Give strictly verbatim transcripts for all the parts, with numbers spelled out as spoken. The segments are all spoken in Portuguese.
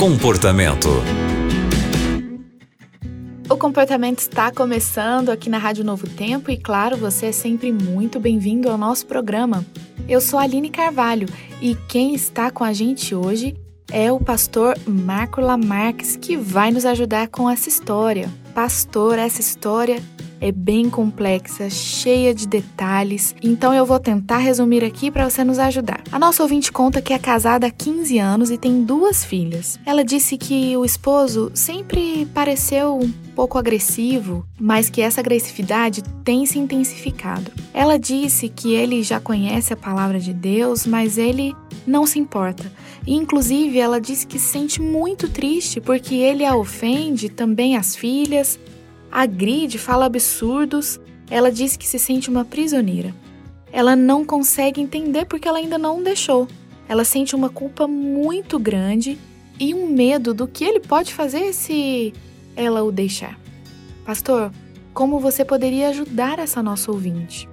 Comportamento. O Comportamento está começando aqui na Rádio Novo Tempo e, claro, você é sempre muito bem-vindo ao nosso programa. Eu sou a Aline Carvalho e quem está com a gente hoje é o pastor Marco Lamarques, que vai nos ajudar com essa história. Pastor, essa história é bem complexa, cheia de detalhes, então eu vou tentar resumir aqui para você nos ajudar. A nossa ouvinte conta que é casada há quinze anos e tem duas filhas. Ela disse que o esposo sempre pareceu um pouco agressivo, mas que essa agressividade tem se intensificado. Ela disse que ele já conhece a palavra de Deus, mas ele não se importa. E, inclusive, ela disse que se sente muito triste porque ele a ofende, também as filhas, agride, fala absurdos. Ela diz que se sente uma prisioneira. Ela não consegue entender porque ela ainda não o deixou. Ela sente uma culpa muito grande e um medo do que ele pode fazer se ela o deixar. Pastor, como você poderia ajudar essa nossa ouvinte?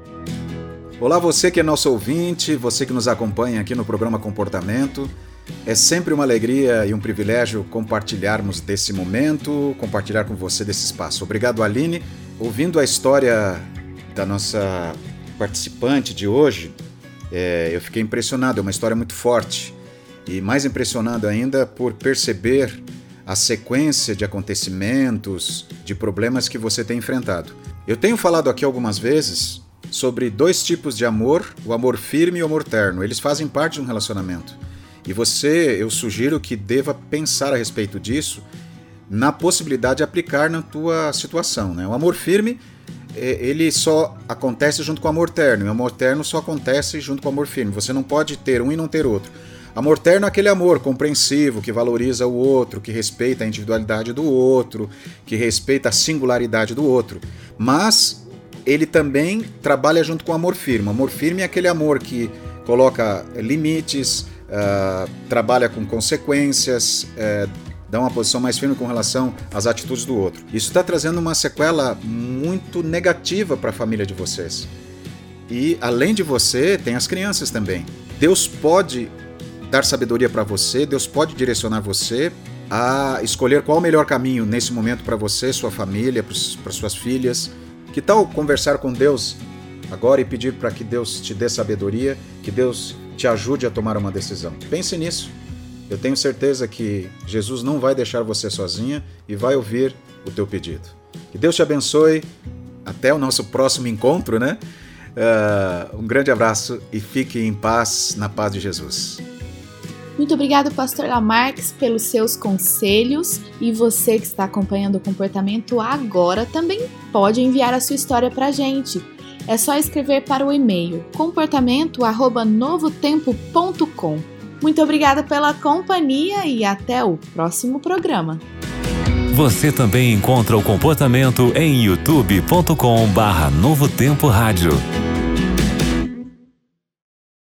Olá, você que é nosso ouvinte, você que nos acompanha aqui no programa Comportamento. É sempre uma alegria e um privilégio compartilharmos desse momento, compartilhar com você desse espaço. Obrigado, Aline. Ouvindo a história da nossa participante de hoje, é, eu fiquei impressionado, é uma história muito forte. E mais impressionado ainda por perceber a sequência de acontecimentos, de problemas que você tem enfrentado. Eu tenho falado aqui algumas vezes sobre dois tipos de amor, o amor firme e o amor terno. Eles fazem parte de um relacionamento. E você, eu sugiro que deva pensar a respeito disso na possibilidade de aplicar na tua situação, né? O amor firme, ele só acontece junto com o amor terno, e o amor terno só acontece junto com o amor firme. Você não pode ter um e não ter outro. Amor terno é aquele amor compreensivo, que valoriza o outro, que respeita a individualidade do outro, que respeita a singularidade do outro. Mas ele também trabalha junto com o amor firme. O amor firme é aquele amor que coloca limites, Uh, trabalha com consequências, uh, dá uma posição mais firme com relação às atitudes do outro. Isso está trazendo uma sequela muito negativa para a família de vocês. E além de você, tem as crianças também. Deus pode dar sabedoria para você, Deus pode direcionar você a escolher qual o melhor caminho nesse momento para você, sua família, para suas filhas. Que tal conversar com Deus agora e pedir para que Deus te dê sabedoria, que Deus te ajude a tomar uma decisão? Pense nisso. Eu tenho certeza que Jesus não vai deixar você sozinha e vai ouvir o teu pedido. Que Deus te abençoe. Até o nosso próximo encontro, né? Uh, um grande abraço e fique em paz, na paz de Jesus. Muito obrigado, pastor Lamarques, pelos seus conselhos. E você que está acompanhando o Comportamento agora também pode enviar a sua história para a gente. É só escrever para o e-mail comportamento arroba novotempo ponto com. Muito obrigada pela companhia e até o próximo programa. Você também encontra o Comportamento em youtube ponto com barra Novo Tempo Rádio.